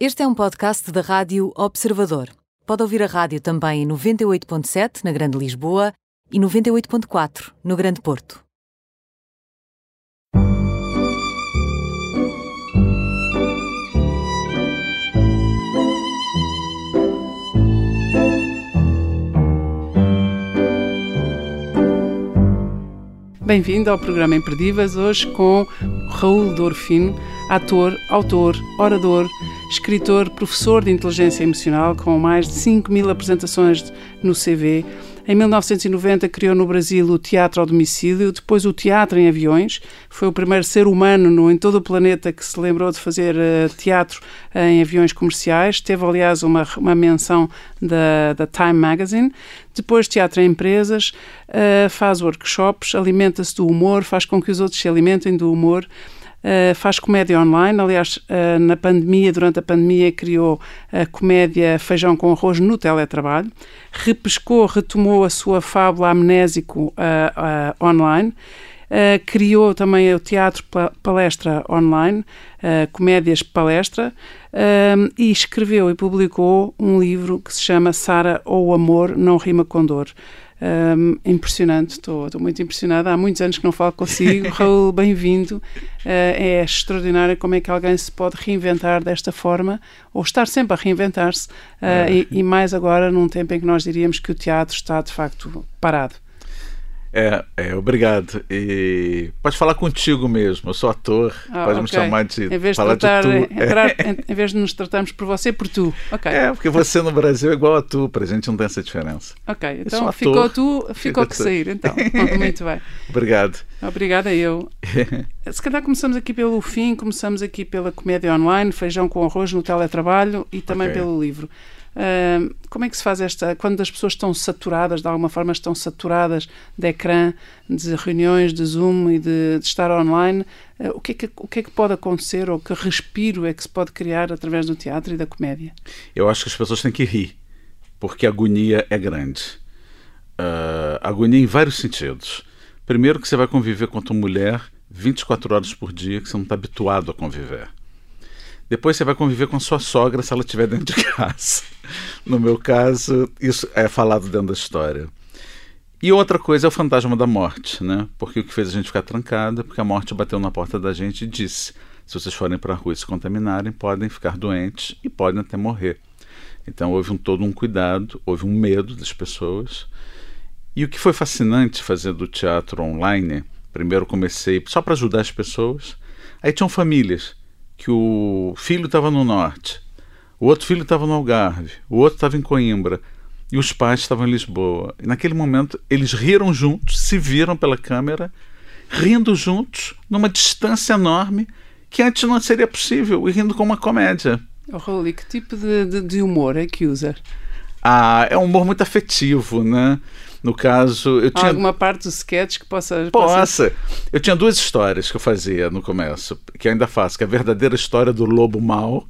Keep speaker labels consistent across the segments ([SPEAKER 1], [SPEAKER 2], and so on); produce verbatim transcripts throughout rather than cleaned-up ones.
[SPEAKER 1] Este é um podcast da Rádio Observador. Pode ouvir a rádio também em noventa e oito ponto sete na Grande Lisboa e noventa e oito ponto quatro no Grande Porto.
[SPEAKER 2] Bem-vindo ao programa Imperdíveis, hoje com Raul Dorfino, ator, autor, orador, escritor, professor de inteligência emocional, com mais de cinco mil apresentações no C V. Em mil novecentos e noventa criou no Brasil o teatro ao domicílio, depois o teatro em aviões. Foi o primeiro ser humano no, em todo o planeta que se lembrou de fazer uh, teatro uh, em aviões comerciais. Teve, aliás, uma, uma menção da, da Time Magazine. Depois teatro em empresas, uh, faz workshops, alimenta-se do humor, faz com que os outros se alimentem do humor. Uh, faz comédia online, aliás, uh, na pandemia, durante a pandemia, criou a comédia Feijão com Arroz no teletrabalho, repescou, retomou a sua fábula Amnésico uh, uh, online, uh, criou também o teatro palestra online, uh, Comédias Palestra, uh, e escreveu e publicou um livro que se chama Sara ou o Amor Não Rima com Dor. Um, impressionante, estou muito impressionada. Há muitos anos que não falo consigo. Raul, bem-vindo. Uh, é extraordinário como é que alguém se pode reinventar desta forma, ou estar sempre a reinventar-se, uh, é. e, e mais agora num tempo em que nós diríamos que o teatro está de facto parado.
[SPEAKER 3] É, é, obrigado. E pode falar contigo mesmo, eu sou ator,
[SPEAKER 2] ah,
[SPEAKER 3] pode
[SPEAKER 2] okay.
[SPEAKER 3] me chamar de
[SPEAKER 2] em vez
[SPEAKER 3] falar
[SPEAKER 2] de, tratar,
[SPEAKER 3] de tu.
[SPEAKER 2] Entrar, em, em vez de nos tratarmos por você, por tu. Okay.
[SPEAKER 3] É, porque você no Brasil é igual a tu, pra gente não tem essa diferença.
[SPEAKER 2] Ok, então ficou tu, ficou que sair, então. Muito bem.
[SPEAKER 3] Obrigado.
[SPEAKER 2] Obrigada eu. Se calhar começamos aqui pelo fim, começamos aqui pela comédia online, Feijão com Arroz no teletrabalho e também okay. pelo livro. Uh, como é que se faz esta, quando as pessoas estão saturadas, de alguma forma estão saturadas de ecrã, de reuniões, de Zoom e de, de estar online, uh, o, que é que, o que é que pode acontecer, ou que respiro é que se pode criar através do teatro e da comédia?
[SPEAKER 3] Eu acho que as pessoas têm que rir, porque a agonia é grande. Uh, agonia em vários sentidos. Primeiro, que você vai conviver com a tua mulher vinte e quatro horas por dia, que você não está habituado a conviver. Depois você vai conviver com a sua sogra se ela estiver dentro de casa. No meu caso, isso é falado dentro da história. E outra coisa é o fantasma da morte, né? Porque o que fez a gente ficar trancada é porque a morte bateu na porta da gente e disse: se vocês forem para a rua e se contaminarem, podem ficar doentes e podem até morrer. Então houve um, todo um cuidado, houve um medo das pessoas. E o que foi fascinante fazer do teatro online, primeiro comecei só para ajudar as pessoas, aí tinham famílias que o filho estava no norte, o outro filho estava no Algarve, o outro estava em Coimbra e os pais estavam em Lisboa. E naquele momento eles riram juntos, se viram pela câmera, rindo juntos, numa distância enorme que antes não seria possível, e rindo com uma comédia.
[SPEAKER 2] Oh, Raul, e que tipo de, de, de humor é que usa?
[SPEAKER 3] Ah, é um humor muito afetivo, né? No caso, eu tinha...
[SPEAKER 2] Há alguma parte do sketch que possa...
[SPEAKER 3] Possa.
[SPEAKER 2] possa...
[SPEAKER 3] Eu tinha duas histórias que eu fazia no começo, que ainda faço, que é a verdadeira história do lobo mau,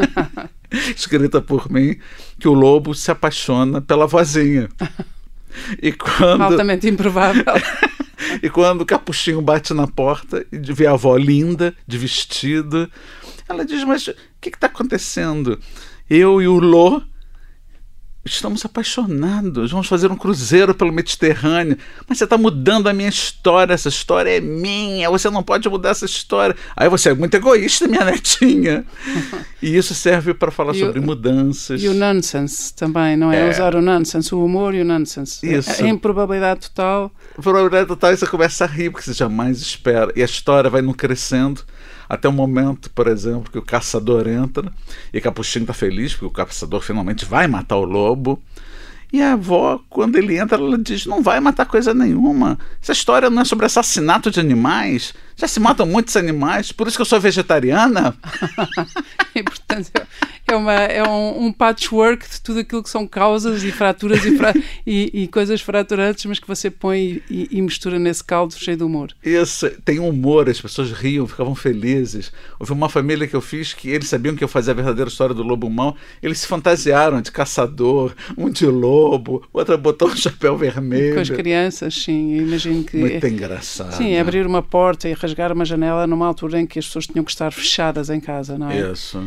[SPEAKER 3] escrita por mim, que o lobo se apaixona pela vozinha. E quando...
[SPEAKER 2] Altamente improvável.
[SPEAKER 3] E quando o capuchinho bate na porta e vê a avó linda, de vestido, ela diz: mas o que está acontecendo? Eu e o Lô estamos apaixonados, vamos fazer um cruzeiro pelo Mediterrâneo. Mas você está mudando a minha história, essa história é minha, você não pode mudar essa história. Aí você é muito egoísta, minha netinha. E isso serve para falar e sobre o, mudanças.
[SPEAKER 2] E o nonsense também, não é? é? Usar o nonsense, o humor e o nonsense.
[SPEAKER 3] Isso.
[SPEAKER 2] A improbabilidade total.
[SPEAKER 3] A probabilidade total, e você começa a rir, porque você jamais espera. E a história vai não crescendo. Até o momento, por exemplo, que o caçador entra e o capuchinho está feliz porque o caçador finalmente vai matar o lobo. E a avó, quando ele entra, ela diz: não vai matar coisa nenhuma. Essa história não é sobre assassinato de animais. Já se matam muitos animais, por isso que eu sou vegetariana.
[SPEAKER 2] E, portanto, é, uma, é um, um patchwork de tudo aquilo que são causas e fraturas e, fra e, e coisas fraturantes, mas que você põe e, e mistura nesse caldo cheio de humor.
[SPEAKER 3] Isso, tem humor, as pessoas riam, ficavam felizes. Houve uma família que eu fiz que eles sabiam que eu fazia a verdadeira história do lobo mau, eles se fantasiaram de caçador, um de lobo, outra botou um chapéu vermelho.
[SPEAKER 2] Com as crianças, sim, eu imagino que...
[SPEAKER 3] Muito é, engraçado.
[SPEAKER 2] Sim, abrir uma porta e rasgar uma janela numa altura em que as pessoas tinham que estar fechadas em casa, não é?
[SPEAKER 3] Isso.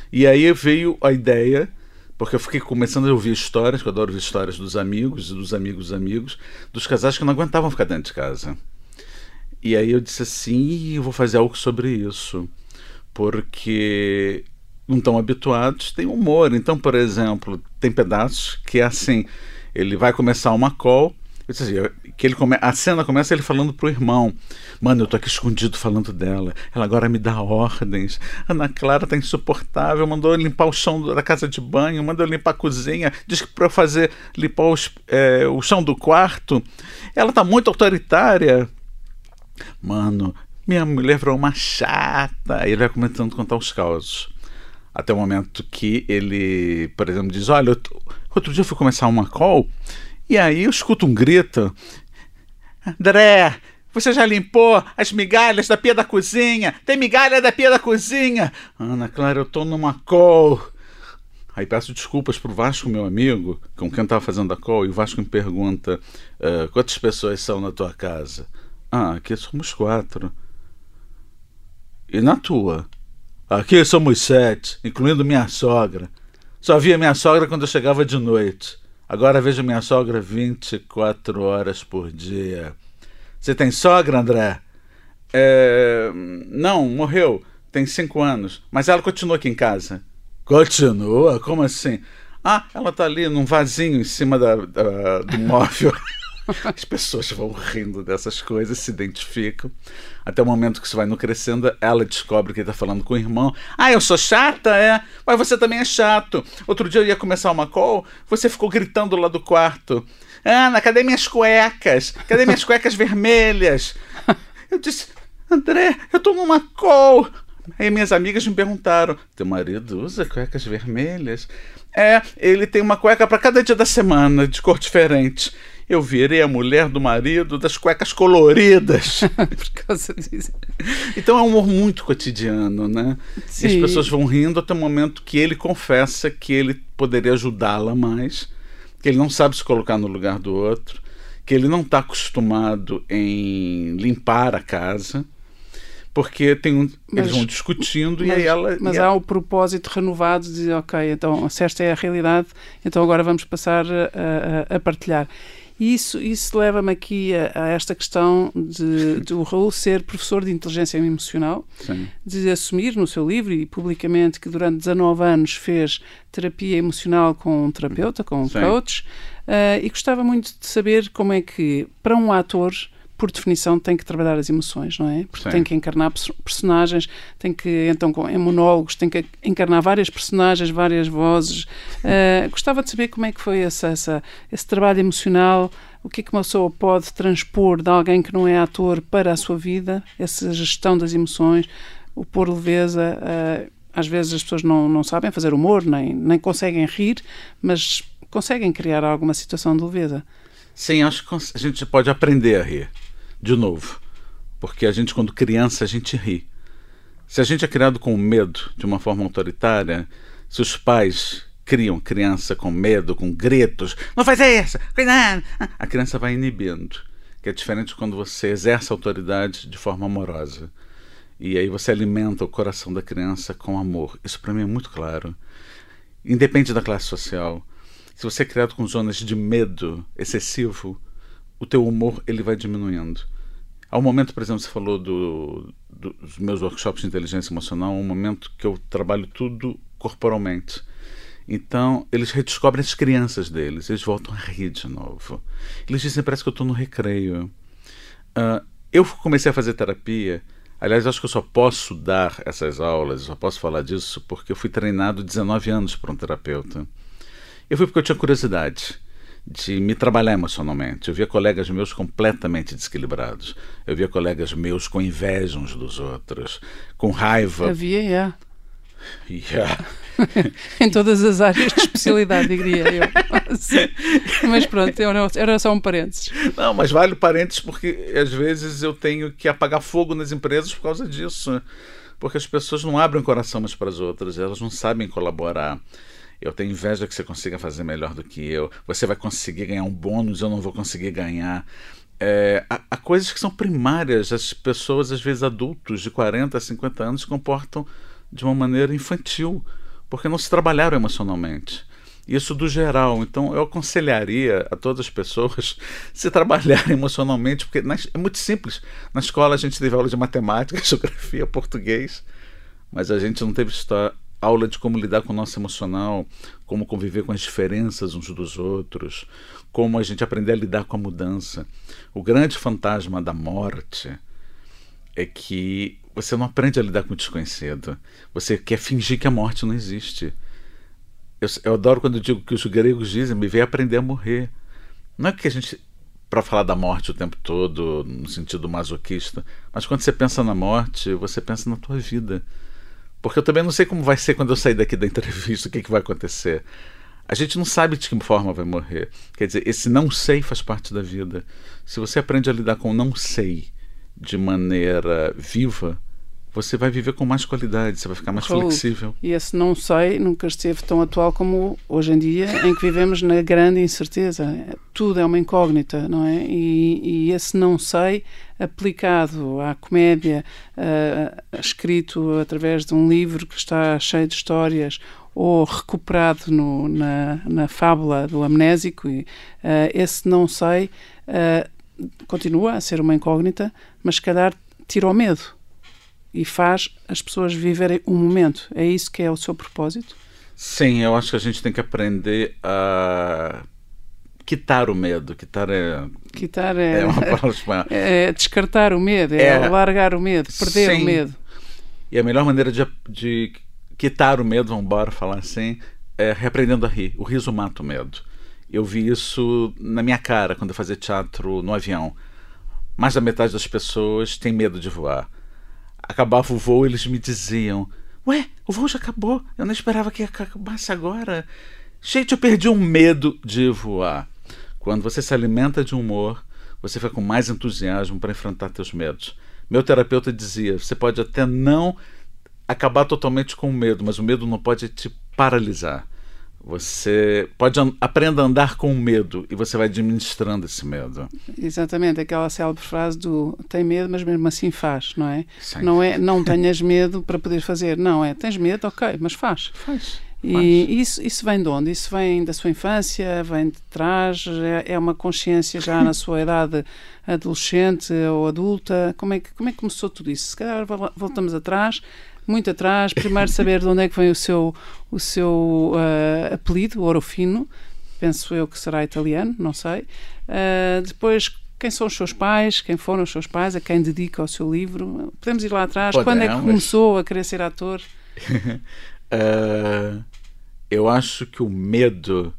[SPEAKER 3] E aí veio a ideia, porque eu fiquei começando a ouvir histórias, que eu adoro ouvir histórias dos amigos e dos amigos dos amigos, dos casais que não aguentavam ficar dentro de casa. E aí eu disse assim, eu vou fazer algo sobre isso, porque não estão habituados, tem humor. Então, por exemplo, tem pedaços que é assim, ele vai começar uma call, eu disse assim, que ele come, a cena começa ele falando pro irmão, mano, eu tô aqui escondido falando dela, ela agora me dá ordens, Ana Clara tá insuportável, mandou eu limpar o chão da casa de banho, mandou eu limpar a cozinha, diz que pra eu fazer, limpar os, é, o chão do quarto, ela tá muito autoritária. Mano, minha mulher virou uma chata. Aí ele vai começando a contar os causos. Até o momento que ele, por exemplo, diz, olha, outro dia eu fui começar uma call, e aí eu escuto um grito, André, você já limpou as migalhas da pia da cozinha? Tem migalha da pia da cozinha? Ana Clara, eu tô numa call. Aí peço desculpas pro Vasco, meu amigo, com quem estava fazendo a call, e o Vasco me pergunta, uh, quantas pessoas são na tua casa? Ah, aqui somos quatro. E na tua? Aqui somos sete, incluindo minha sogra. Só via minha sogra quando eu chegava de noite. Agora vejo minha sogra vinte e quatro horas por dia. Você tem sogra, André? É... Não, morreu. Tem cinco anos. Mas ela continua aqui em casa. Continua? Como assim? Ah, ela tá ali num vasinho em cima da, da, do móvel. As pessoas vão rindo dessas coisas, se identificam. Até o momento que isso vai no crescendo, ela descobre que ele está falando com o irmão. Ah, eu sou chata, é? Mas você também é chato. Outro dia eu ia começar uma call, você ficou gritando lá do quarto. Ana, cadê minhas cuecas? Cadê minhas cuecas vermelhas? Eu disse, André, eu tô numa call. Aí minhas amigas me perguntaram, teu marido usa cuecas vermelhas? É, ele tem uma cueca para cada dia da semana, de cor diferente. Eu virei a mulher do marido das cuecas coloridas.
[SPEAKER 2] Por causa disso.
[SPEAKER 3] Então é um humor muito cotidiano, né?
[SPEAKER 2] Sim.
[SPEAKER 3] E as pessoas vão rindo até o momento que ele confessa que ele poderia ajudá-la mais, que ele não sabe se colocar no lugar do outro, que ele não está acostumado em limpar a casa, porque tem um,
[SPEAKER 2] mas,
[SPEAKER 3] eles vão discutindo
[SPEAKER 2] mas,
[SPEAKER 3] e aí ela...
[SPEAKER 2] Mas
[SPEAKER 3] e
[SPEAKER 2] há
[SPEAKER 3] ela...
[SPEAKER 2] o propósito renovado de dizer, ok, então se esta é a realidade, então agora vamos passar a, a, a partilhar. E isso, isso leva-me aqui a, a esta questão de, de o Raul ser professor de inteligência emocional,
[SPEAKER 3] Sim.
[SPEAKER 2] de assumir no seu livro e publicamente que durante dezanove anos fez terapia emocional com um terapeuta, com um
[SPEAKER 3] Sim.
[SPEAKER 2] coach, uh, e gostava muito de saber como é que, para um ator, por definição, tem que trabalhar as emoções, não é? Porque
[SPEAKER 3] Sim.
[SPEAKER 2] tem que encarnar personagens, tem que, então, em monólogos, tem que encarnar várias personagens, várias vozes. Uh, gostava de saber como é que foi essa, essa, esse trabalho emocional, o que é que uma pessoa pode transpor de alguém que não é ator para a sua vida, essa gestão das emoções, o pôr leveza. Uh, às vezes as pessoas não, não sabem fazer humor, nem, nem conseguem rir, mas conseguem criar alguma situação de leveza.
[SPEAKER 3] Sim, acho que a gente pode aprender a rir. De novo, porque a gente, quando criança, a gente ri. Se a gente é criado com medo de uma forma autoritária, se os pais criam criança com medo, com gritos, não faz isso, cuidado, a criança vai inibindo, que é diferente quando você exerce a autoridade de forma amorosa. E aí você alimenta o coração da criança com amor. Isso para mim é muito claro. Independe da classe social. Se você é criado com zonas de medo excessivo, o teu humor ele vai diminuindo. Há um momento, por exemplo, você falou do, do, dos meus workshops de inteligência emocional, um momento que eu trabalho tudo corporalmente. Então, eles redescobrem as crianças deles, eles voltam a rir de novo. Eles dizem, parece que eu estou no recreio. Uh, eu comecei a fazer terapia, aliás, acho que eu só posso dar essas aulas, só posso falar disso, porque eu fui treinado dezenove anos por um terapeuta. Eu fui porque eu tinha curiosidade de me trabalhar emocionalmente. Eu via colegas meus completamente desequilibrados. Eu via colegas meus com inveja uns dos outros, com raiva.
[SPEAKER 2] Havia, yeah.
[SPEAKER 3] Yeah.
[SPEAKER 2] Em todas as áreas de especialidade, diria eu. Mas pronto, era só um parênteses.
[SPEAKER 3] Não, mas vale parênteses porque às vezes eu tenho que apagar fogo nas empresas por causa disso. Porque as pessoas não abrem o coração umas para as outras, elas não sabem colaborar. Eu tenho inveja que você consiga fazer melhor do que eu. Você vai conseguir ganhar um bônus, eu não vou conseguir ganhar. É, há, há coisas que são primárias. As pessoas, às vezes adultos de quarenta, cinquenta anos, se comportam de uma maneira infantil. porque não se trabalharam emocionalmente. Isso do geral. Então eu aconselharia a todas as pessoas se trabalharem emocionalmente, porque é muito simples. Na escola a gente teve aula de matemática, geografia, português, mas a gente não teve aula de como lidar com o nosso emocional, como conviver com as diferenças uns dos outros, como a gente aprender a lidar com a mudança. O grande fantasma da morte é que você não aprende a lidar com o desconhecido. Você quer fingir que a morte não existe. Eu, eu adoro quando eu digo que os gregos dizem, me veio aprender a morrer. Não é que a gente, para falar da morte o tempo todo, no sentido masoquista, mas quando você pensa na morte, você pensa na tua vida. Porque eu também não sei como vai ser quando eu sair daqui da entrevista, o que, que vai acontecer. A gente não sabe de que forma vai morrer. Quer dizer, esse não sei faz parte da vida. Se você aprende a lidar com o não sei de maneira viva, você vai viver com mais qualidade, você vai ficar mais Raul, flexível.
[SPEAKER 2] E esse não sei nunca esteve tão atual como hoje em dia, em que vivemos na grande incerteza. Tudo é uma incógnita, não é? E, e esse não sei, aplicado à comédia, uh, escrito através de um livro que está cheio de histórias, ou recuperado no, na, na fábula do amnésico, e, uh, esse não sei uh, continua a ser uma incógnita, mas se calhar tira o medo e faz as pessoas viverem um momento. É isso que é o seu propósito?
[SPEAKER 3] Sim, eu acho que a gente tem que aprender a quitar o medo. Quitar é,
[SPEAKER 2] quitar é,
[SPEAKER 3] é uma palavra.
[SPEAKER 2] É descartar o medo, é, é largar o medo, perder sim. o medo.
[SPEAKER 3] E a melhor maneira de, de quitar o medo, vamos embora falar assim, é reaprendendo a rir. O riso mata o medo. Eu vi isso na minha cara quando eu fazia teatro no avião. Mais da metade das pessoas tem medo de voar. Acabava o voo, eles me diziam: ué, o voo já acabou, eu não esperava que acabasse agora. Gente, eu perdi um medo de voar. Quando você se alimenta de humor, você fica com mais entusiasmo para enfrentar teus medos. Meu terapeuta dizia: você pode até não acabar totalmente com o medo, mas o medo não pode te paralisar. Você pode an- aprender a andar com o medo e você vai administrando esse medo.
[SPEAKER 2] Exatamente, aquela célebre frase do tem medo, mas mesmo assim faz, não é? Sim. Não é não tenhas medo para poder fazer, não é tens medo, ok, mas faz.
[SPEAKER 3] Faz.
[SPEAKER 2] E
[SPEAKER 3] faz.
[SPEAKER 2] Isso, isso vem de onde? Isso vem da sua infância, vem de trás, é, é uma consciência já na sua idade adolescente ou adulta? Como é que, como é que começou tudo isso? Se calhar voltamos atrás, muito atrás, primeiro saber de onde é que vem o seu, o seu uh, apelido, Ouro Fino, penso eu que será italiano, não sei. Uh, depois, quem são os seus pais, quem foram os seus pais, a quem dedica o seu livro. Podemos ir lá atrás, Podemos. Quando é que começou a querer ser ator?
[SPEAKER 3] uh, eu acho que o medo,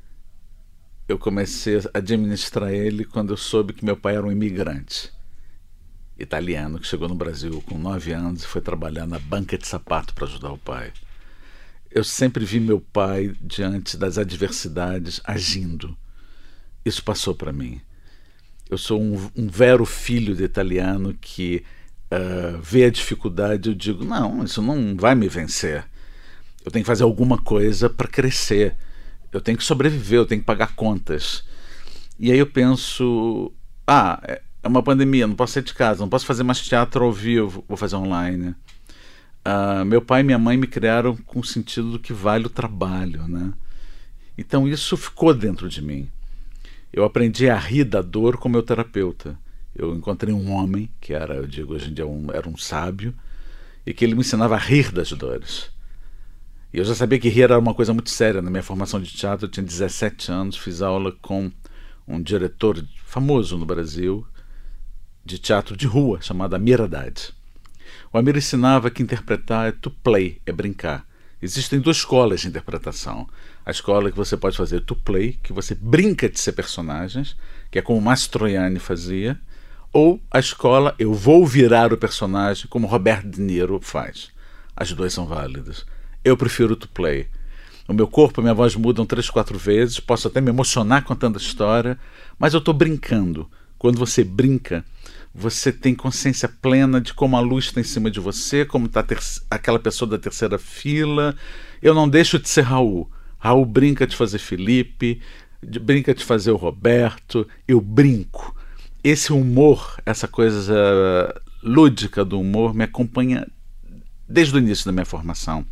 [SPEAKER 3] eu comecei a administrar ele quando eu soube que meu pai era um imigrante italiano que chegou no Brasil com nove anos e foi trabalhar na banca de sapato para ajudar o pai. Eu sempre vi meu pai diante das adversidades agindo. Isso passou para mim. Eu sou um, um vero filho de italiano que uh, vê a dificuldade e eu digo, não, isso não vai me vencer. Eu tenho que fazer alguma coisa para crescer. Eu tenho que sobreviver, eu tenho que pagar contas. E aí eu penso, ah, é, É uma pandemia, não posso sair de casa, não posso fazer mais teatro ao vivo, vou fazer online. Uh, meu pai e minha mãe me criaram com o sentido do que vale o trabalho, né? Então isso ficou dentro de mim. Eu aprendi a rir da dor com meu terapeuta. Eu encontrei um homem, que era, eu digo hoje em dia, um, era um sábio, e que ele me ensinava a rir das dores. E eu já sabia que rir era uma coisa muito séria. Na minha formação de teatro, eu tinha dezessete anos, fiz aula com um diretor famoso no Brasil, de teatro de rua, chamado Amir Haddad. O Amir ensinava que interpretar é to play, é brincar. Existem duas escolas de interpretação. A escola que você pode fazer to play, que você brinca de ser personagens, que é como o Mastroianni fazia, ou a escola eu vou virar o personagem, como Robert De Niro faz. As duas são válidas. Eu prefiro to play. O meu corpo e a minha voz mudam três, quatro vezes, posso até me emocionar contando a história, mas eu estou brincando. Quando você brinca, você tem consciência plena de como a luz está em cima de você, como está aquela pessoa da terceira fila. Eu não deixo de ser Raul. Raul brinca de fazer Felipe, de, brinca de fazer o Roberto. Eu brinco. Esse humor, essa coisa lúdica do humor me acompanha desde o início da minha formação.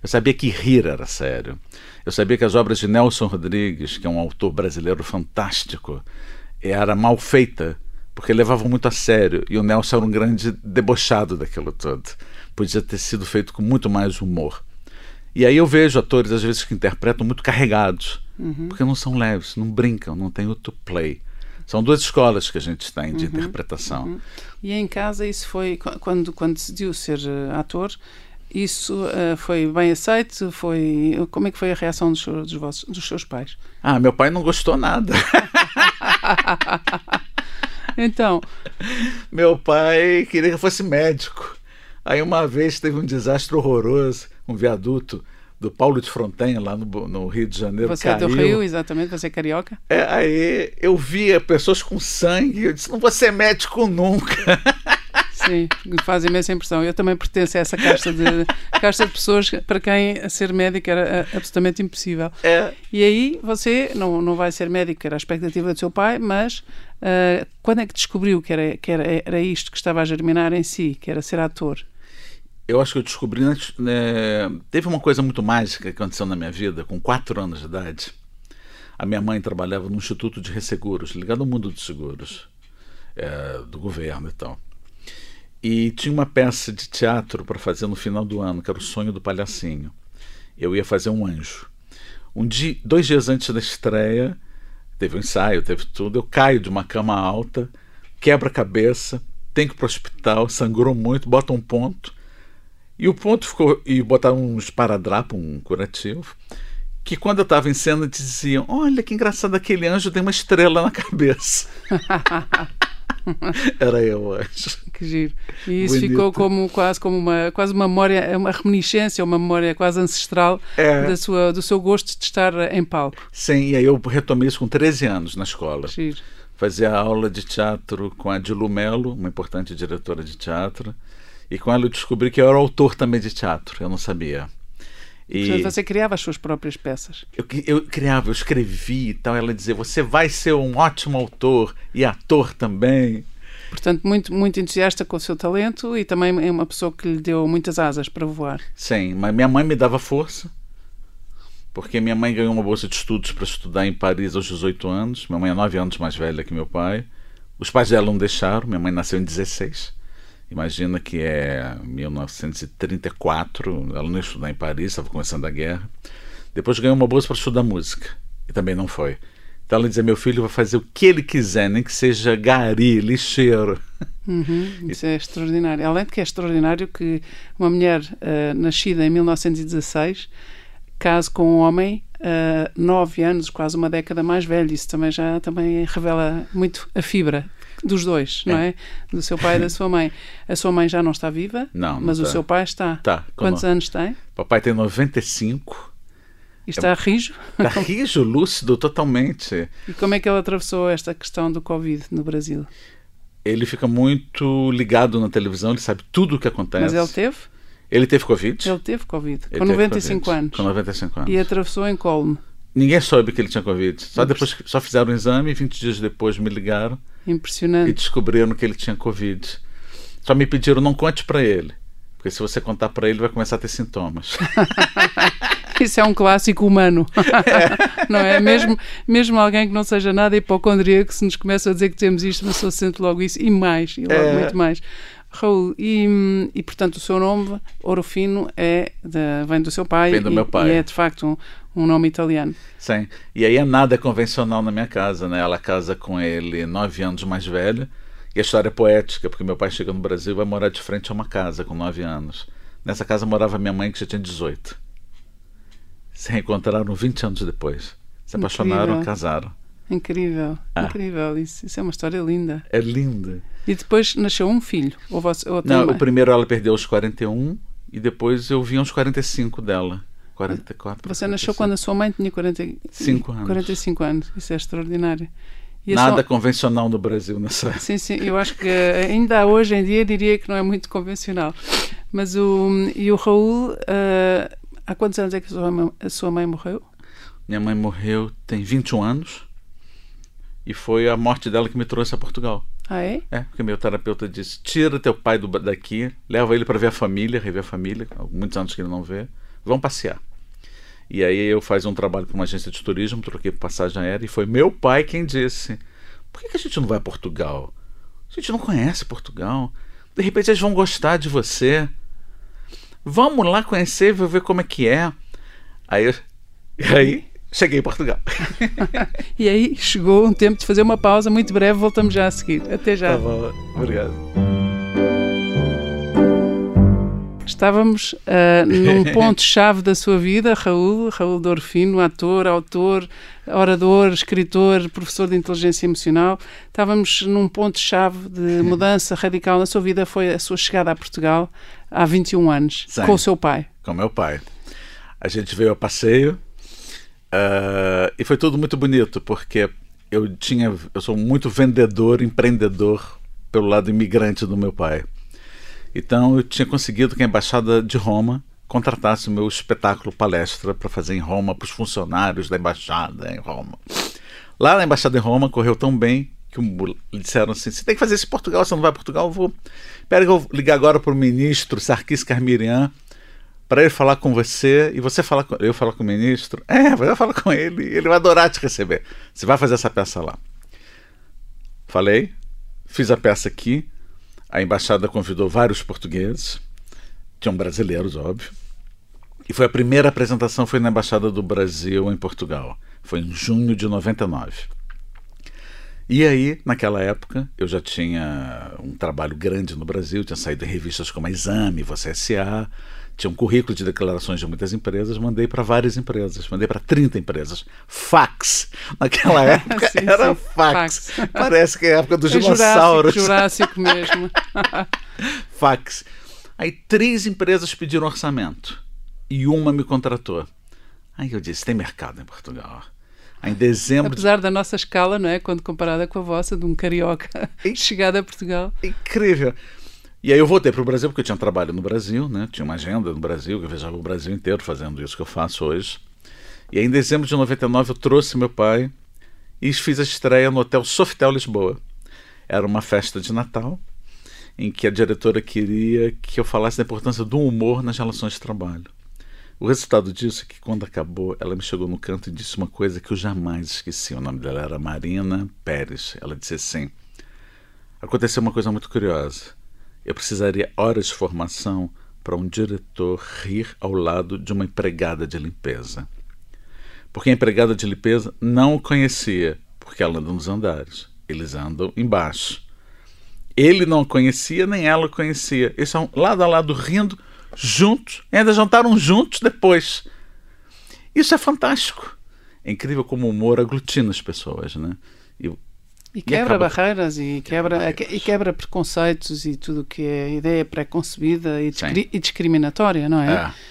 [SPEAKER 3] Eu sabia que rir era sério. Eu sabia que as obras de Nelson Rodrigues, que é um autor brasileiro fantástico, era mal feita, porque levavam muito a sério. E o Nelson era um grande debochado daquilo tudo. Podia ter sido feito com muito mais humor. E aí eu vejo atores, às vezes, que interpretam muito carregados, uhum. porque não são leves, não brincam, não tem o to play. São duas escolas que a gente tem de uhum. interpretação. Uhum.
[SPEAKER 2] E em casa isso foi, quando, quando decidiu ser uh, ator, isso uh, foi bem aceito? Foi, como é que foi a reação dos, dos, vossos, dos seus pais?
[SPEAKER 3] Ah, meu pai não gostou nada.
[SPEAKER 2] Então?
[SPEAKER 3] Meu pai queria que eu fosse médico. Aí uma vez teve um desastre horroroso, um viaduto do Paulo de Frontenha, lá no, no Rio de Janeiro.
[SPEAKER 2] Você
[SPEAKER 3] caiu.
[SPEAKER 2] É do Rio, exatamente, você é carioca?
[SPEAKER 3] É, aí eu via pessoas com sangue, eu disse, não vou ser médico nunca.
[SPEAKER 2] Sim, faz imensa impressão. Eu também pertenço a essa casta de, casta de pessoas para quem ser médico era absolutamente impossível.
[SPEAKER 3] É.
[SPEAKER 2] E aí você não, não vai ser médico, era a expectativa do seu pai, mas uh, quando é que descobriu que, era, que era, era isto que estava a germinar em si, que era ser ator?
[SPEAKER 3] Eu acho que eu descobri, né, teve uma coisa muito mágica que aconteceu na minha vida, com quatro anos de idade. A minha mãe trabalhava no Instituto de Resseguros, ligado ao mundo dos seguros, é, do governo e tal. E tinha uma peça de teatro para fazer no final do ano, que era O Sonho do Palhacinho. Eu ia fazer um anjo. Um dia, dois dias antes da estreia, teve um ensaio, teve tudo, eu caio de uma cama alta, quebro a cabeça, tenho que ir para o hospital, sangrou muito, bota um ponto. E o ponto ficou, e botaram um esparadrapo, um curativo, que quando eu estava em cena diziam, olha que engraçado, aquele anjo tem uma estrela na cabeça. Era eu, anjo.
[SPEAKER 2] Que giro. E isso
[SPEAKER 3] Bonito.
[SPEAKER 2] Ficou como, quase como uma, quase uma memória, uma reminiscência, uma memória quase ancestral
[SPEAKER 3] é.
[SPEAKER 2] da sua, do seu gosto de estar em palco.
[SPEAKER 3] Sim, e aí eu retomei isso com treze anos na escola.
[SPEAKER 2] Giro.
[SPEAKER 3] Fazia aula de teatro com a Dilu Melo, uma importante diretora de teatro. E com ela eu descobri que eu era autor também de teatro, eu não sabia.
[SPEAKER 2] E portanto, você criava as suas próprias peças?
[SPEAKER 3] Eu, eu criava, eu escrevia e tal. Ela dizia, você vai ser um ótimo autor e ator também.
[SPEAKER 2] Portanto, muito, muito entusiasta com o seu talento e também é uma pessoa que lhe deu muitas asas para voar.
[SPEAKER 3] Sim, mas minha mãe me dava força, porque minha mãe ganhou uma bolsa de estudos para estudar em Paris aos dezoito anos. Minha mãe é nove anos mais velha que meu pai. Os pais dela não deixaram, minha mãe nasceu em dezesseis. Imagina que é mil novecentos e trinta e quatro, ela não ia estudar em Paris, estava começando a guerra. Depois ganhou uma bolsa para estudar música, e também não foi. Então ela dizia, meu filho vai fazer o que ele quiser, nem que seja gari, lixeiro.
[SPEAKER 2] Uhum, isso é extraordinário. Além de que é extraordinário que uma mulher uh, nascida em mil novecentos e dezesseis case com um homem uh, nove anos, quase uma década mais velho. Isso também já também revela muito a fibra dos dois, é. Não é? Do seu pai e da sua mãe. A sua mãe já não está viva,
[SPEAKER 3] não, não
[SPEAKER 2] mas
[SPEAKER 3] tá.
[SPEAKER 2] O seu pai está.
[SPEAKER 3] Tá,
[SPEAKER 2] quantos anos tem?
[SPEAKER 3] Papai tem noventa e cinco.
[SPEAKER 2] E está rijo?
[SPEAKER 3] Está rijo, lúcido, totalmente.
[SPEAKER 2] E como é que ele atravessou esta questão do Covid no Brasil?
[SPEAKER 3] Ele fica muito ligado na televisão, ele sabe tudo o que acontece.
[SPEAKER 2] Mas ele teve?
[SPEAKER 3] Ele teve Covid.
[SPEAKER 2] Ele teve Covid,
[SPEAKER 3] ele
[SPEAKER 2] com
[SPEAKER 3] teve
[SPEAKER 2] noventa e
[SPEAKER 3] COVID,
[SPEAKER 2] cinco anos.
[SPEAKER 3] Com noventa e cinco anos.
[SPEAKER 2] E atravessou em colme.
[SPEAKER 3] Ninguém soube que ele tinha Covid. Só, depois, só fizeram o exame e vinte dias depois me ligaram.
[SPEAKER 2] Impressionante.
[SPEAKER 3] E descobriram que ele tinha Covid. Só me pediram, não conte para ele. Porque se você contar para ele, vai começar a ter sintomas.
[SPEAKER 2] Isso é um clássico humano. É. Não é? Mesmo, mesmo alguém que não seja nada hipocondríaco, se nos começa a dizer que temos isto, a pessoa sente logo isso. E mais, e logo é. Muito mais. Raul, e, e portanto o seu nome, Ouro Fino, é de, vem do seu pai.
[SPEAKER 3] Vem do
[SPEAKER 2] e,
[SPEAKER 3] meu pai.
[SPEAKER 2] E é de facto um, um nome italiano.
[SPEAKER 3] Sim, e aí é nada convencional na minha casa, né? Ela casa com ele nove anos mais velha, e a história é poética, porque meu pai chega no Brasil e vai morar de frente a uma casa com nove anos. Nessa casa morava minha mãe, que já tinha dezoito. Se reencontraram vinte anos depois. Se apaixonaram, incrível. Casaram.
[SPEAKER 2] Incrível,
[SPEAKER 3] ah.
[SPEAKER 2] incrível. Isso, isso é uma história linda.
[SPEAKER 3] É linda.
[SPEAKER 2] E depois nasceu um filho? Ou você, ou
[SPEAKER 3] Não,
[SPEAKER 2] mãe?
[SPEAKER 3] O primeiro ela perdeu aos quarenta e um e depois eu vi aos quarenta e cinco dela. quarenta e quatro,
[SPEAKER 2] você
[SPEAKER 3] quarenta e cinco.
[SPEAKER 2] Nasceu quando a sua mãe tinha quarenta e cinco
[SPEAKER 3] anos.
[SPEAKER 2] quarenta e cinco anos. Isso é extraordinário. E
[SPEAKER 3] Nada
[SPEAKER 2] sua...
[SPEAKER 3] convencional no Brasil nessa.
[SPEAKER 2] Sim, sim. Eu acho que ainda hoje em dia diria que não é muito convencional. Mas o, e o Raul, uh, há quantos anos é que a sua, mãe, a sua mãe morreu?
[SPEAKER 3] Minha mãe morreu tem vinte e um anos. E foi a morte dela que me trouxe a Portugal.
[SPEAKER 2] Ah, é?
[SPEAKER 3] É, porque meu terapeuta disse, tira teu pai do, daqui, leva ele para ver a família, rever a família, há muitos anos que ele não vê, vamos passear. E aí eu faço um trabalho para uma agência de turismo, troquei por passagem aérea, e foi meu pai quem disse: por que que a gente não vai a Portugal? A gente não conhece Portugal. De repente eles vão gostar de você. Vamos lá conhecer, vou ver como é que é. Aí, eu, e aí cheguei em Portugal.
[SPEAKER 2] E aí chegou um tempo de fazer uma pausa muito breve, voltamos já a seguir. Até já.
[SPEAKER 3] Tá bom, obrigado.
[SPEAKER 2] Estávamos uh, num ponto-chave da sua vida, Raul, Raul Dorfino, ator, autor, orador, escritor, professor de inteligência emocional. Estávamos num ponto-chave de mudança radical na sua vida, foi a sua chegada a Portugal há vinte e um anos, Sim, com o seu pai.
[SPEAKER 3] Com meu pai. A gente veio a passeio uh, e foi tudo muito bonito, porque eu, tinha, eu sou muito vendedor, empreendedor pelo lado imigrante do meu pai. Então eu tinha conseguido que a Embaixada de Roma contratasse o meu espetáculo palestra para fazer em Roma para os funcionários da Embaixada em Roma. Lá na Embaixada em Roma correu tão bem que disseram assim: você tem que fazer isso em Portugal, você não vai a Portugal? Eu vou. Espera que eu vou ligar agora para o ministro Sarkis Carmirian para ele falar com você e você falar com eu falar com o ministro. É, vai falar com ele, ele vai adorar te receber. Você vai fazer essa peça lá. Falei, fiz a peça aqui. A embaixada convidou vários portugueses, tinham brasileiros, óbvio, e foi a primeira apresentação, foi na Embaixada do Brasil em Portugal, foi em junho de noventa e nove. E aí, naquela época, eu já tinha um trabalho grande no Brasil, tinha saído em revistas como a Exame, Você S A, tinha um currículo de declarações de muitas empresas, mandei para várias empresas, mandei para trinta empresas. Fax! Naquela época sim, era sim, fax. fax. Parece que é a época dos é dinossauros.
[SPEAKER 2] Jurássico, Jurássico mesmo.
[SPEAKER 3] Fax. Aí três empresas pediram orçamento e uma me contratou. Aí eu disse: tem mercado em Portugal. Aí, em dezembro...
[SPEAKER 2] Apesar da nossa escala, não é? Quando comparada com a vossa, de um carioca chegado a Portugal.
[SPEAKER 3] Incrível. E aí eu voltei para o Brasil, porque eu tinha um trabalho no Brasil, né? Tinha uma agenda no Brasil, que eu viajava o Brasil inteiro fazendo isso que eu faço hoje. E aí em dezembro de noventa e nove eu trouxe meu pai e fiz a estreia no Hotel Sofitel Lisboa. Era uma festa de Natal, em que a diretora queria que eu falasse da importância do humor nas relações de trabalho. O resultado disso é que, quando acabou, ela me chegou no canto e disse uma coisa que eu jamais esqueci. O nome dela era Marina Pérez. Ela disse assim: aconteceu uma coisa muito curiosa. Eu precisaria horas de formação para um diretor rir ao lado de uma empregada de limpeza. Porque a empregada de limpeza não o conhecia, porque ela anda nos andares. Eles andam embaixo. Ele não a conhecia, nem ela o conhecia. Eles estavam lado a lado rindo, juntos, e ainda jantaram juntos depois. Isso é fantástico. É incrível como o humor aglutina as pessoas, né? E,
[SPEAKER 2] e quebra e barreiras e quebra, e quebra preconceitos e tudo o que é ideia pré-concebida e, discri e discriminatória, não é? é.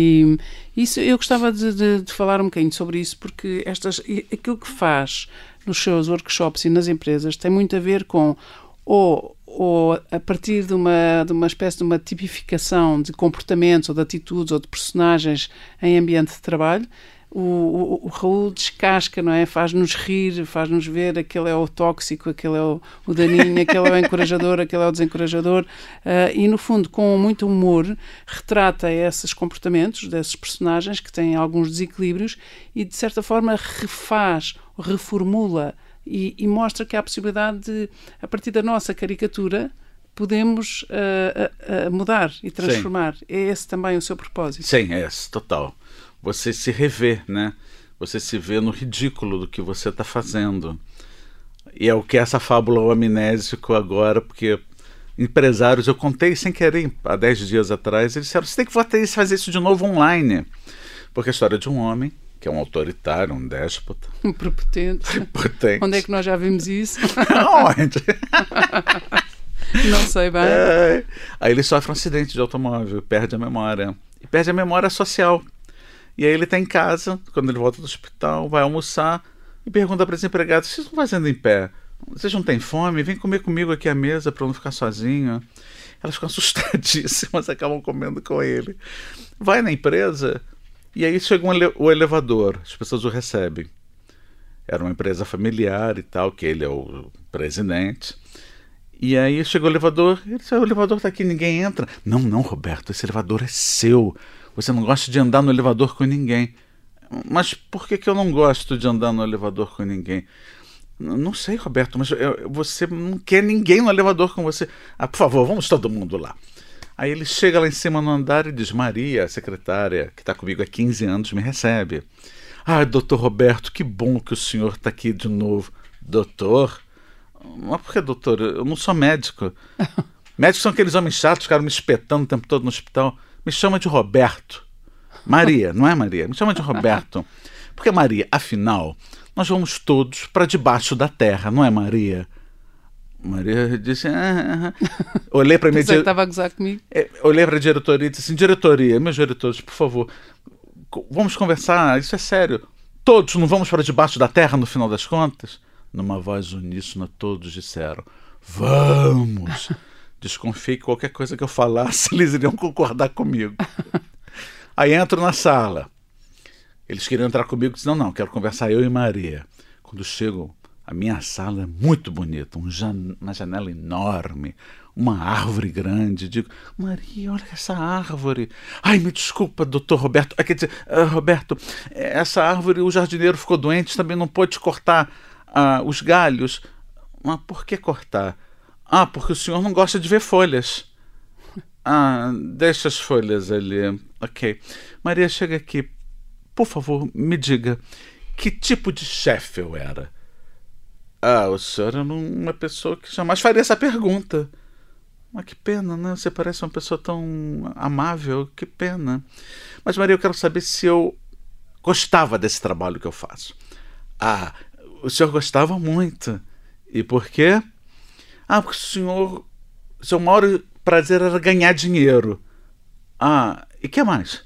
[SPEAKER 2] E isso, eu gostava de, de, de falar um bocadinho sobre isso, porque estas, aquilo que faz nos seus workshops e nas empresas tem muito a ver com ou, ou a partir de uma, de uma espécie de uma tipificação de comportamentos ou de atitudes ou de personagens em ambiente de trabalho. O, o, o Raul descasca, não é? Faz-nos rir, faz-nos ver aquele é o tóxico, aquele é o, o daninho, aquele é o encorajador, aquele é o desencorajador, uh, e no fundo, com muito humor, retrata esses comportamentos desses personagens que têm alguns desequilíbrios e de certa forma refaz, reformula e, e mostra que há a possibilidade de, a partir da nossa caricatura, podemos uh, uh, uh, mudar e transformar. Sim. É esse também o seu propósito?
[SPEAKER 3] Sim, é esse, total. Você se revê, né? Você se vê no ridículo do que você está fazendo. E é o que é essa fábula O Amnésico agora, porque empresários, eu contei sem querer há dez dias atrás, eles disseram: você tem que fazer isso de novo online. Porque a história de um homem, que é um autoritário, um déspota.
[SPEAKER 2] Um prepotente.
[SPEAKER 3] Prepotente.
[SPEAKER 2] Onde é que nós já vimos isso?
[SPEAKER 3] Onde?
[SPEAKER 2] Não sei bem.
[SPEAKER 3] É. Aí ele sofre um acidente de automóvel, perde a memória. E perde a memória social. E aí ele está em casa, quando ele volta do hospital, vai almoçar e pergunta para as empregadas: vocês estão fazendo em pé? Vocês não têm fome? Vem comer comigo aqui à mesa para eu não ficar sozinho. Elas ficam assustadíssimas, acabam comendo com ele. Vai na empresa e aí chega um ele o elevador, as pessoas o recebem. Era uma empresa familiar e tal, que ele é o presidente. E aí chegou o elevador, ele disse: o elevador está aqui, ninguém entra. Não, não, Roberto, esse elevador é seu. você não gosta de andar no elevador com ninguém. Mas por que, que eu não gosto de andar no elevador com ninguém? Não sei, Roberto, mas eu, você não quer ninguém no elevador com você. Ah, por favor, vamos todo mundo lá. Aí ele chega lá em cima no andar e diz: Maria, a secretária, que está comigo há quinze anos, me recebe. Ah, doutor Roberto, que bom que o senhor está aqui de novo. Doutor? Mas por que doutor? Eu não sou médico. Médicos são aqueles homens chatos, ficaram me espetando o tempo todo no hospital. Me chama de Roberto. Maria, não é Maria? Me chama de Roberto. Porque, Maria, afinal, nós vamos todos para debaixo da terra, não é, Maria? Maria disse... Ah, ah. Olhei para a minha...
[SPEAKER 2] Você estava a gozar comigo?
[SPEAKER 3] Olhei para a diretoria e disse assim: diretoria, meus diretores, por favor, vamos conversar, isso é sério. Todos não vamos para debaixo da terra no final das contas? Numa voz uníssona, todos disseram: vamos! Desconfiei que qualquer coisa que eu falasse, eles iriam concordar comigo. Aí entro na sala. Eles queriam entrar comigo e disse: não, não, quero conversar eu e Maria. Quando chegam, a minha sala é muito bonita, um jan- uma janela enorme, uma árvore grande. Digo: Maria, olha essa árvore. Ai, me desculpa, doutor Roberto. Ah, quer dizer, uh, Roberto, essa árvore, o jardineiro ficou doente, também não pôde cortar uh, os galhos. Mas por que cortar? Ah, porque o senhor não gosta de ver folhas. Ah, deixa as folhas ali. Ok. Maria, chega aqui. Por favor, me diga, que tipo de chefe eu era? Ah, o senhor é uma pessoa que jamais faria essa pergunta. Mas que pena, né? Você parece uma pessoa tão amável. Que pena. Mas, Maria, eu quero saber se eu gostava desse trabalho que eu faço. Ah, o senhor gostava muito. E por quê? Ah, porque o senhor... O seu maior prazer era ganhar dinheiro. Ah, e o que mais?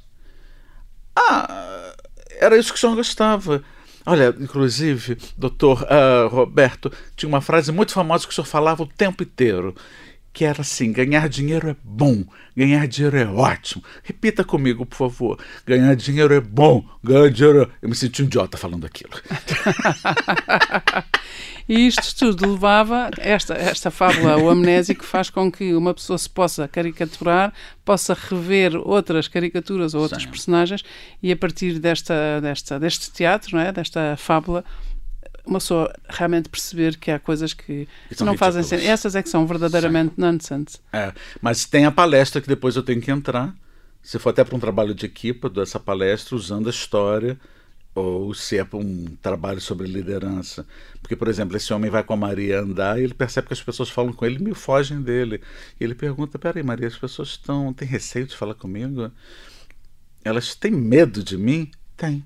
[SPEAKER 3] Ah, era isso que o senhor gostava. Olha, inclusive, doutor uh, Roberto, tinha uma frase muito famosa que o senhor falava o tempo inteiro, que era assim: ganhar dinheiro é bom, ganhar dinheiro é ótimo. Repita comigo, por favor. Ganhar dinheiro é bom, ganhar dinheiro... Eu me senti um idiota falando aquilo.
[SPEAKER 2] E isto tudo levava, esta, esta fábula, o amnésico, faz com que uma pessoa se possa caricaturar, possa rever outras caricaturas ou outros Sim. personagens, e a partir desta, desta, deste teatro, não é? Desta fábula, uma pessoa realmente perceber que há coisas que não fazem sentido. Essas é que são verdadeiramente Sim. nonsense.
[SPEAKER 3] É, mas tem a palestra que depois eu tenho que entrar. Se for até para um trabalho de equipa, dessa palestra usando a história, ou se é para um trabalho sobre liderança. Porque, por exemplo, esse homem vai com a Maria andar e ele percebe que as pessoas falam com ele e meio fogem dele. E ele pergunta: peraí, Maria, as pessoas estão, têm receio de falar comigo? Elas têm medo de mim? Tem.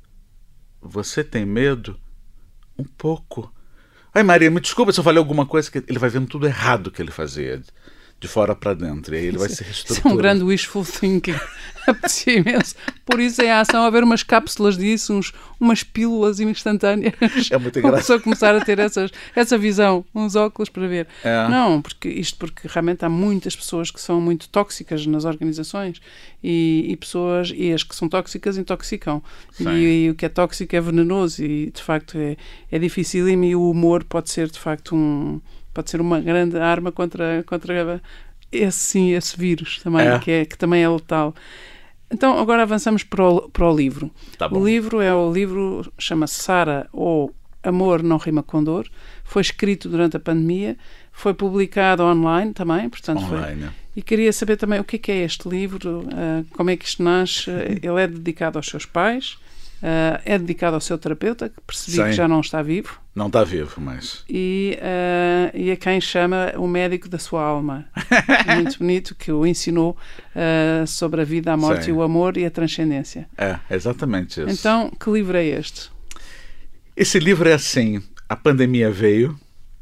[SPEAKER 3] Você tem medo? Um pouco. Ai, Maria, me desculpa se eu falei alguma coisa, que ele vai vendo tudo errado que ele fazia, de fora para dentro, e aí ele vai se reestruturando.
[SPEAKER 2] Isso é um grande wishful thinking. Aprecio imenso. Por isso, em ação, haver umas cápsulas disso, uns, umas pílulas instantâneas.
[SPEAKER 3] É muito engraçado.
[SPEAKER 2] A pessoa começar a ter essas, essa visão, uns óculos para ver.
[SPEAKER 3] É.
[SPEAKER 2] Não, porque isto porque realmente há muitas pessoas que são muito tóxicas nas organizações, e, e pessoas, e as que são tóxicas intoxicam. E, e o que é tóxico é venenoso, e de facto é, é dificílimo, e o humor pode ser de facto um... pode ser uma grande arma contra, contra esse, sim, esse vírus também, é. Que, é, que também é letal. Então, agora avançamos para o, para o livro.
[SPEAKER 3] Tá bom.
[SPEAKER 2] O livro é o livro, chama-se Sara, ou Amor Não Rima com Dor. Foi escrito durante a pandemia, foi publicado online também, portanto
[SPEAKER 3] online.
[SPEAKER 2] Foi. E queria saber também o que é, que é este livro, uh, como é que isto nasce. Ele é dedicado aos seus pais, uh, é dedicado ao seu terapeuta, que percebi Sim. que já não está vivo.
[SPEAKER 3] Não está vivo, mas...
[SPEAKER 2] E, uh, e a quem chama o médico da sua alma. Muito bonito, que o ensinou uh, sobre a vida, a morte,
[SPEAKER 3] Sim.
[SPEAKER 2] e o amor e a transcendência.
[SPEAKER 3] É, exatamente isso.
[SPEAKER 2] Então, que livro é este?
[SPEAKER 3] Esse livro é assim: a pandemia veio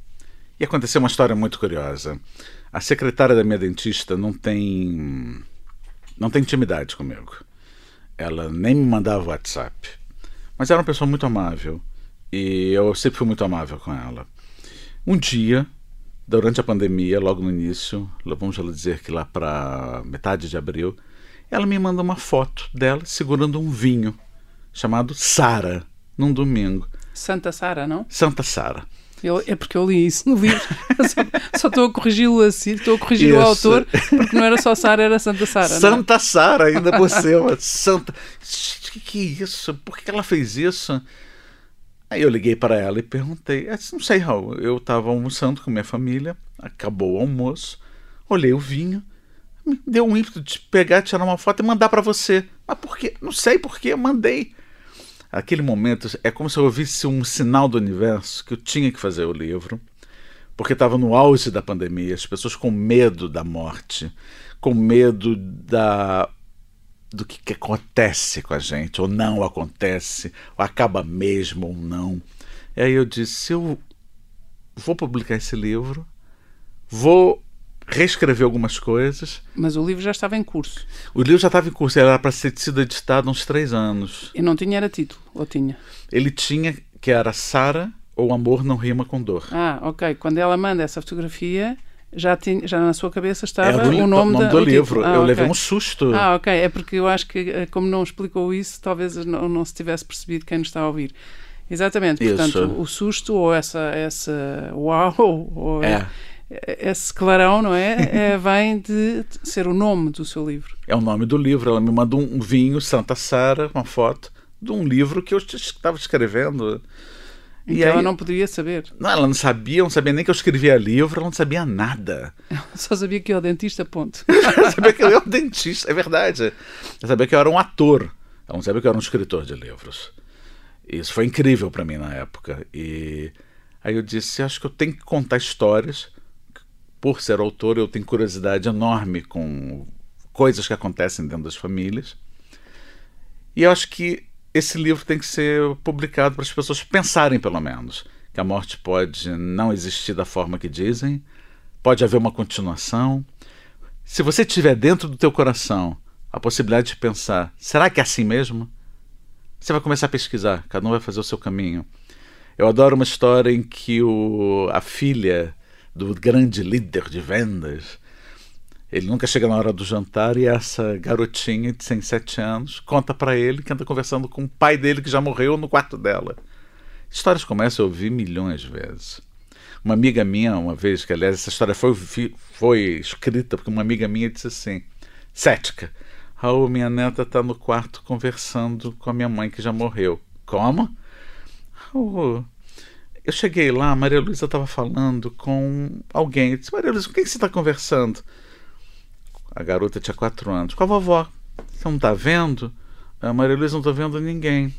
[SPEAKER 3] e aconteceu uma história muito curiosa. A secretária da minha dentista não tem, não tem intimidade comigo. Ela nem me mandava WhatsApp. Mas era uma pessoa muito amável. E eu sempre fui muito amável com ela. Um dia, durante a pandemia, logo no início, vamos dizer que lá para metade de abril, ela me manda uma foto dela segurando um vinho chamado Sara, num domingo.
[SPEAKER 2] Santa Sara, não?
[SPEAKER 3] Santa Sara.
[SPEAKER 2] Eu, é porque eu li isso no livro. só, só estou a corrigi-lo assim, estou a corrigir isso. O autor, porque não era só Sara, era Santa Sara.
[SPEAKER 3] Santa Sara, ainda por cima. Santa... O que, que é isso? Por que ela fez isso? Aí eu liguei para ela e perguntei. Eu disse, não sei, Raul, eu estava almoçando com minha família, acabou o almoço, olhei o vinho, me deu um ímpeto de pegar, tirar uma foto e mandar para você. Mas por quê? Não sei por quê, eu mandei. Aquele momento é como se eu ouvisse um sinal do universo que eu tinha que fazer o livro, porque estava no auge da pandemia, as pessoas com medo da morte, com medo da, do que, que acontece com a gente, ou não acontece, ou acaba mesmo ou não. E aí eu disse, eu vou publicar esse livro, vou reescrever algumas coisas.
[SPEAKER 2] Mas o livro já estava em curso.
[SPEAKER 3] O livro já estava em curso, era para ter sido editado há uns três anos.
[SPEAKER 2] E não tinha era título, ou tinha?
[SPEAKER 3] Ele tinha, que era Sara, ou Amor Não Rima com Dor.
[SPEAKER 2] Ah, ok. Quando ela manda essa fotografia, já, tinha, já na sua cabeça estava
[SPEAKER 3] o,
[SPEAKER 2] o nome,
[SPEAKER 3] nome
[SPEAKER 2] da,
[SPEAKER 3] do livro.
[SPEAKER 2] Ah,
[SPEAKER 3] eu
[SPEAKER 2] okay.
[SPEAKER 3] levei um susto.
[SPEAKER 2] Ah, ok. É porque eu acho que, como não explicou isso, talvez não, não se tivesse percebido quem nos está a ouvir. Exatamente.
[SPEAKER 3] Isso.
[SPEAKER 2] Portanto, o susto, ou essa, essa uau, ou...
[SPEAKER 3] É.
[SPEAKER 2] Esse clarão, não é? é? Vem de ser o nome do seu livro.
[SPEAKER 3] É o nome do livro. Ela me mandou um vinho, Santa Sara, uma foto de um livro que eu estava escrevendo.
[SPEAKER 2] Então
[SPEAKER 3] e aí,
[SPEAKER 2] ela não poderia saber.
[SPEAKER 3] Não, ela não sabia, não sabia nem que eu escrevia livro, ela não sabia nada.
[SPEAKER 2] Ela só sabia que eu era dentista, ponto.
[SPEAKER 3] Ela sabia que eu era um dentista, é verdade. Ela sabia que eu era um ator. Ela não sabia que eu era um escritor de livros. Isso foi incrível para mim na época. E aí eu disse, acho que eu tenho que contar histórias. Por ser autor, eu tenho curiosidade enorme com coisas que acontecem dentro das famílias. E eu acho que esse livro tem que ser publicado para as pessoas pensarem, pelo menos, que a morte pode não existir da forma que dizem, pode haver uma continuação. Se você tiver dentro do teu coração a possibilidade de pensar, será que é assim mesmo? Você vai começar a pesquisar, cada um vai fazer o seu caminho. Eu adoro uma história em que o, a filha do grande líder de vendas, ele nunca chega na hora do jantar e essa garotinha de cento e sete anos conta para ele que anda conversando com o pai dele que já morreu no quarto dela. Histórias como essa eu ouvi milhões de vezes. Uma amiga minha, uma vez, que aliás essa história foi, foi escrita porque uma amiga minha disse assim, cética, Raul, minha neta está no quarto conversando com a minha mãe que já morreu. Como? Raul... Eu cheguei lá, a Maria Luísa estava falando com alguém. Eu disse, Maria Luísa, com quem você está conversando? A garota tinha quatro anos. Com a vovó. Você não está vendo? A Maria Luísa, não está vendo ninguém.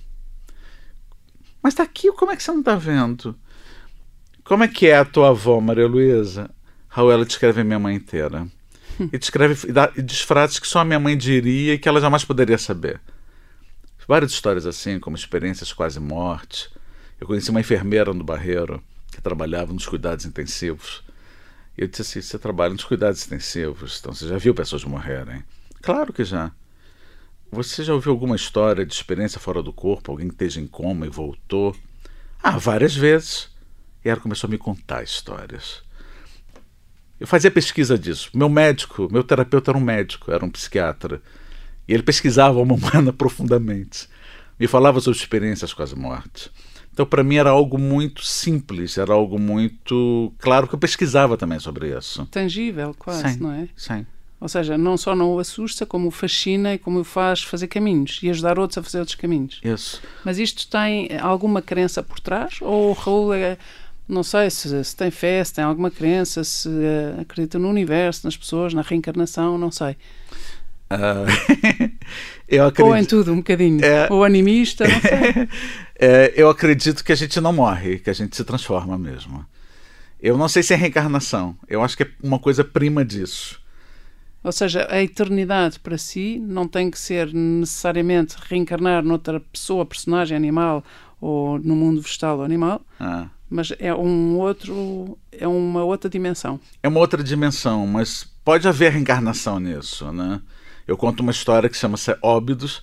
[SPEAKER 3] Mas está aqui, como é que você não está vendo? Como é que é a tua avó, Maria Luísa? Raul, ela descreve a minha mãe inteira. E, descreve, e, dá, e diz frases que só a minha mãe diria e que ela jamais poderia saber. Várias histórias assim, como experiências quase morte. Eu conheci uma enfermeira no Barreiro que trabalhava nos cuidados intensivos. E eu disse assim, você trabalha nos cuidados intensivos, então você já viu pessoas morrerem? Claro que já. Você já ouviu alguma história de experiência fora do corpo, alguém que esteja em coma e voltou? Ah, várias vezes. E ela começou a me contar histórias. Eu fazia pesquisa disso. Meu médico, meu terapeuta era um médico, era um psiquiatra. E ele pesquisava a alma humana profundamente. Me falava sobre experiências quase morte. Então, para mim, era algo muito simples, era algo muito claro, que eu pesquisava também sobre isso.
[SPEAKER 2] Tangível, quase,
[SPEAKER 3] sim,
[SPEAKER 2] não é?
[SPEAKER 3] Sim.
[SPEAKER 2] Ou seja, não só não o assusta, como o fascina e como o faz fazer caminhos e ajudar outros a fazer outros caminhos.
[SPEAKER 3] Isso.
[SPEAKER 2] Mas isto tem alguma crença por trás? Ou o Raul é, não sei, se, se tem fé, se tem alguma crença, se uh, acredita no universo, nas pessoas, na reencarnação, não sei.
[SPEAKER 3] Uh, eu acredito...
[SPEAKER 2] Ou em tudo, um bocadinho.
[SPEAKER 3] É...
[SPEAKER 2] Ou animista, não sei.
[SPEAKER 3] é, eu acredito que a gente não morre, que a gente se transforma mesmo. Eu não sei se é reencarnação. Eu acho que é uma coisa prima disso.
[SPEAKER 2] Ou seja, a eternidade para si não tem que ser necessariamente reencarnar noutra pessoa, personagem, animal, ou no mundo vegetal ou animal,
[SPEAKER 3] ah.
[SPEAKER 2] mas é um outro, é uma outra dimensão.
[SPEAKER 3] É uma outra dimensão, mas pode haver reencarnação nisso, né? Eu conto uma história que chama-se Óbidos,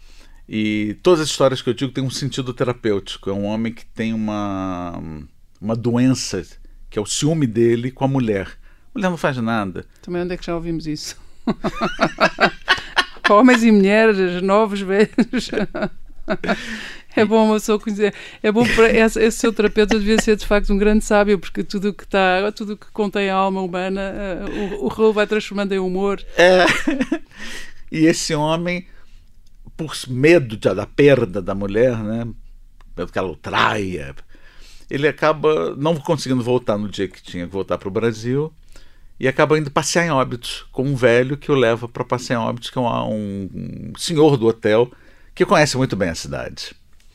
[SPEAKER 3] e todas as histórias que eu digo têm um sentido terapêutico. É um homem que tem uma, uma doença, que é o ciúme dele com a mulher. A mulher não faz nada.
[SPEAKER 2] Também onde é que já ouvimos isso? Homens e mulheres, novos, velhos. É bom uma pessoa conhecer. É bom para esse, esse seu terapeuta devia ser de facto um grande sábio, porque tudo o que está, tudo o que contém a alma humana, uh, o, o Raul vai transformando em humor.
[SPEAKER 3] É. E esse homem, por medo de, da perda da mulher, né, medo que ela o traia, ele acaba não conseguindo voltar no dia que tinha que voltar para o Brasil e acaba indo passear em Óbidos com um velho que o leva para passear em Óbidos, que é um, um senhor do hotel que conhece muito bem a cidade.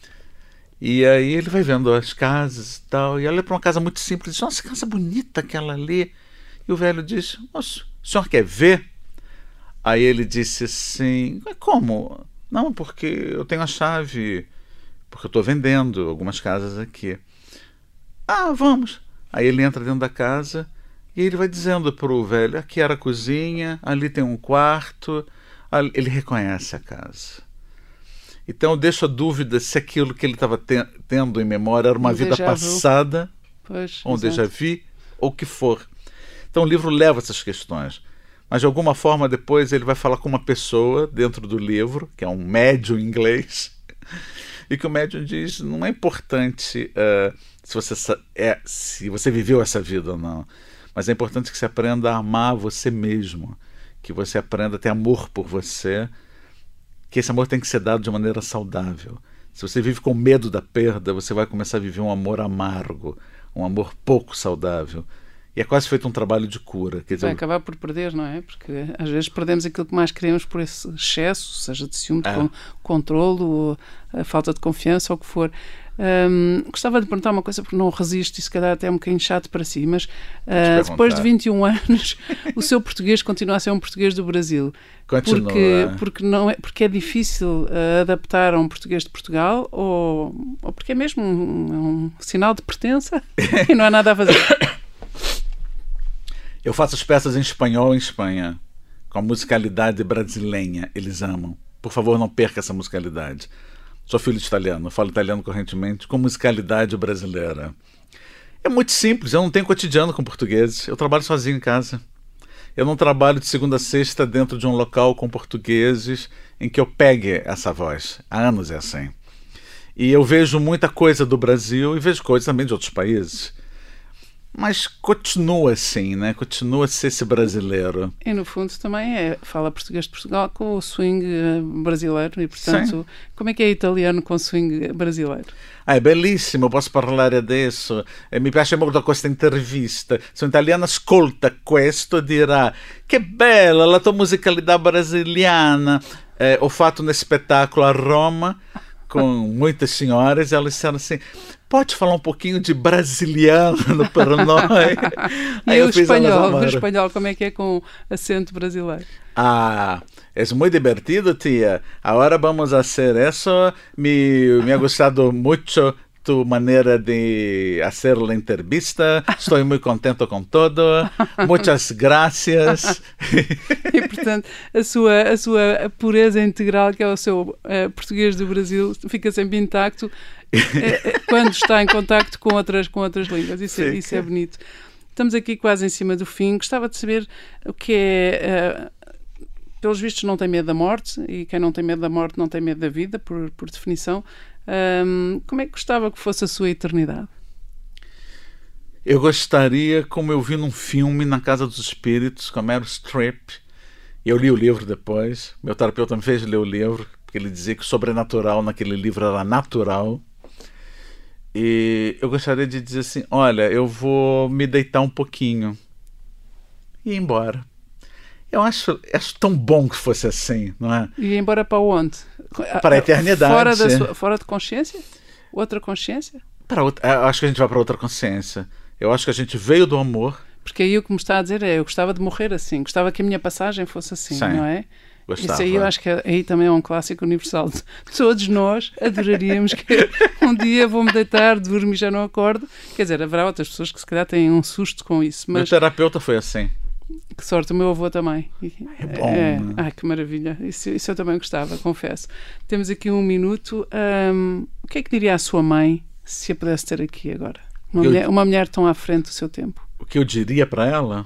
[SPEAKER 3] E aí ele vai vendo as casas e tal, e olha para uma casa muito simples e diz: nossa, que casa bonita aquela ali. E o velho diz: moço, o senhor quer ver? Aí ele disse assim: como? Não, porque eu tenho a chave, porque eu estou vendendo algumas casas aqui. Ah, vamos. Aí ele entra dentro da casa e ele vai dizendo para o velho: aqui era a cozinha, ali tem um quarto. Ali... Ele reconhece a casa. Então deixa a dúvida se aquilo que ele estava te tendo em memória era uma um vida passada, pois, um déjà vu, ou o que for. Então o livro leva essas questões. Mas de alguma forma depois ele vai falar com uma pessoa dentro do livro, que é um médium inglês, e que o médium diz: não é importante uh, se, você é, se você viveu essa vida ou não, mas é importante que você aprenda a amar você mesmo, que você aprenda a ter amor por você, que esse amor tem que ser dado de maneira saudável. Se você vive com medo da perda, você vai começar a viver um amor amargo, um amor pouco saudável. E é quase feito um trabalho de cura. Quer dizer,
[SPEAKER 2] vai acabar por perder, não é? Porque às vezes perdemos aquilo que mais queremos por esse excesso, seja de ciúme, de é. controlo, ou a falta de confiança, ou o que for. Um, gostava de perguntar uma coisa, porque não resisto, e se calhar até é um bocadinho chato para si, mas uh, depois de vinte e um anos o seu português continua a ser um português do Brasil.
[SPEAKER 3] Continua.
[SPEAKER 2] Porque, porque, não é, porque é difícil uh, adaptar a um português de Portugal, ou, ou porque é mesmo um, um sinal de pertença e não há nada a fazer.
[SPEAKER 3] Eu faço as peças em espanhol em Espanha, com a musicalidade brasileira. Eles amam. Por favor, não perca essa musicalidade. Sou filho de italiano, falo italiano correntemente, com musicalidade brasileira. É muito simples, eu não tenho cotidiano com portugueses. Eu trabalho sozinho em casa. Eu não trabalho de segunda a sexta dentro de um local com portugueses em que eu pegue essa voz. Há anos é assim. E eu vejo muita coisa do Brasil e vejo coisas também de outros países. Mas continua assim, né? Continua a ser esse brasileiro.
[SPEAKER 2] E no fundo também é, fala português de Portugal com o swing brasileiro e portanto, sim. Como é que é italiano com swing brasileiro?
[SPEAKER 3] Ah, è bellissimo, posso parlare adesso. Eh, mi piace molto questa intervista. Se un italiano ascolta questo dirà: che bella la tua musicalità brasiliana. Eh, ho fatto um espetáculo a Roma com muitas senhoras e elas disseram assim: pode falar um pouquinho de brasiliano para nós?
[SPEAKER 2] E o espanhol, o espanhol, como é que é com acento brasileiro?
[SPEAKER 3] Ah, é muito divertido, tia. Agora vamos fazer isso. Me, me ha gostado muito tu maneira de fazer a entrevista. Estou muito contente com tudo. Muitas graças.
[SPEAKER 2] E, portanto, a sua, a sua pureza integral, que é o seu uh, português do Brasil, fica sempre intacto uh, quando está em contacto com outras, com outras línguas. Isso, é, isso é bonito. Estamos aqui quase em cima do fim. Gostava de saber o que é... Uh, pelos vistos não tem medo da morte, e quem não tem medo da morte não tem medo da vida, por, por definição. Um, como é que gostava que fosse a sua eternidade?
[SPEAKER 3] Eu gostaria, como eu vi num filme, Na Casa dos Espíritos, com a Meryl Streep. Eu li o livro depois. Meu terapeuta me fez ler o livro, porque ele dizia que o sobrenatural naquele livro era natural. E eu gostaria de dizer assim: olha, eu vou me deitar um pouquinho e ir embora. Eu acho, acho tão bom que fosse assim, não é?
[SPEAKER 2] E ir embora para onde?
[SPEAKER 3] Para a eternidade.
[SPEAKER 2] Fora, da sua, fora de consciência? Outra consciência?
[SPEAKER 3] Para outra, acho que a gente vai para outra consciência. Eu acho que a gente veio do amor.
[SPEAKER 2] Porque aí o que me está a dizer é: eu gostava de morrer assim, gostava que a minha passagem fosse assim, sim, não é?
[SPEAKER 3] Gostava.
[SPEAKER 2] Isso aí eu acho que aí também é um clássico universal. Todos nós adoraríamos que um dia vou-me deitar, durmo e já não acordo. Quer dizer, haverá outras pessoas que se calhar têm um susto com isso. Mas...
[SPEAKER 3] Meu terapeuta foi assim.
[SPEAKER 2] Que sorte, o meu avô também.
[SPEAKER 3] É bom.
[SPEAKER 2] É, ai, que maravilha. Isso, isso eu também gostava, confesso. Temos aqui um minuto. Um, o que é que diria a sua mãe se a pudesse ter aqui agora? Uma, eu, mulher, uma mulher tão à frente do seu tempo.
[SPEAKER 3] O que eu diria para ela?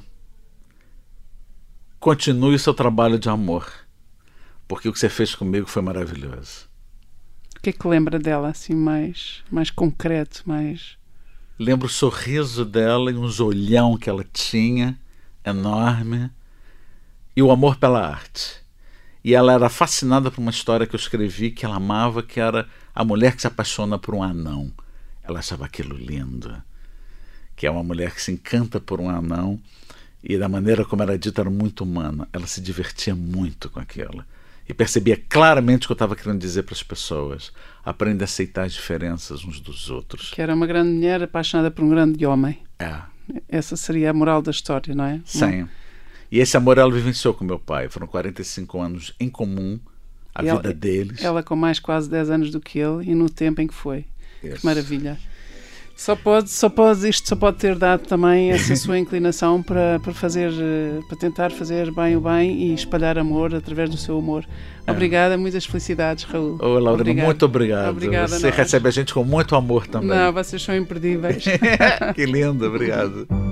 [SPEAKER 3] Continue o seu trabalho de amor. Porque o que você fez comigo foi maravilhoso.
[SPEAKER 2] que é que lembra dela, assim, mais, mais concreto, mais...
[SPEAKER 3] Lembro o sorriso dela e uns olhão que ela tinha, enorme, e o amor pela arte. E ela era fascinada por uma história que eu escrevi que ela amava, que era a mulher que se apaixona por um anão. Ela achava aquilo lindo, que é uma mulher que se encanta por um anão, e da maneira como era dita era muito humana. Ela se divertia muito com aquilo. E percebia claramente o que eu estava querendo dizer para as pessoas. Aprende a aceitar as diferenças uns dos outros.
[SPEAKER 2] Que era uma grande mulher apaixonada por um grande homem.
[SPEAKER 3] É.
[SPEAKER 2] Essa seria a moral da história, não é?
[SPEAKER 3] Sim. Não? E esse amor ela vivenciou com meu pai. Foram quarenta e cinco anos em comum, a
[SPEAKER 2] e
[SPEAKER 3] vida
[SPEAKER 2] ela,
[SPEAKER 3] deles.
[SPEAKER 2] Ela com mais quase dez anos do que ele e no tempo em que foi.
[SPEAKER 3] Isso.
[SPEAKER 2] Que maravilha. Só pode, só pode, isto só pode ter dado também essa sua inclinação para, para fazer, para tentar fazer bem o bem e espalhar amor através do seu amor. Obrigada, é. Muitas felicidades, Raul.
[SPEAKER 3] Ô, Laura, obrigado. Muito obrigado.
[SPEAKER 2] Obrigada,
[SPEAKER 3] Você recebe a gente com muito amor também.
[SPEAKER 2] Não, vocês são imperdíveis.
[SPEAKER 3] Que lindo, obrigado.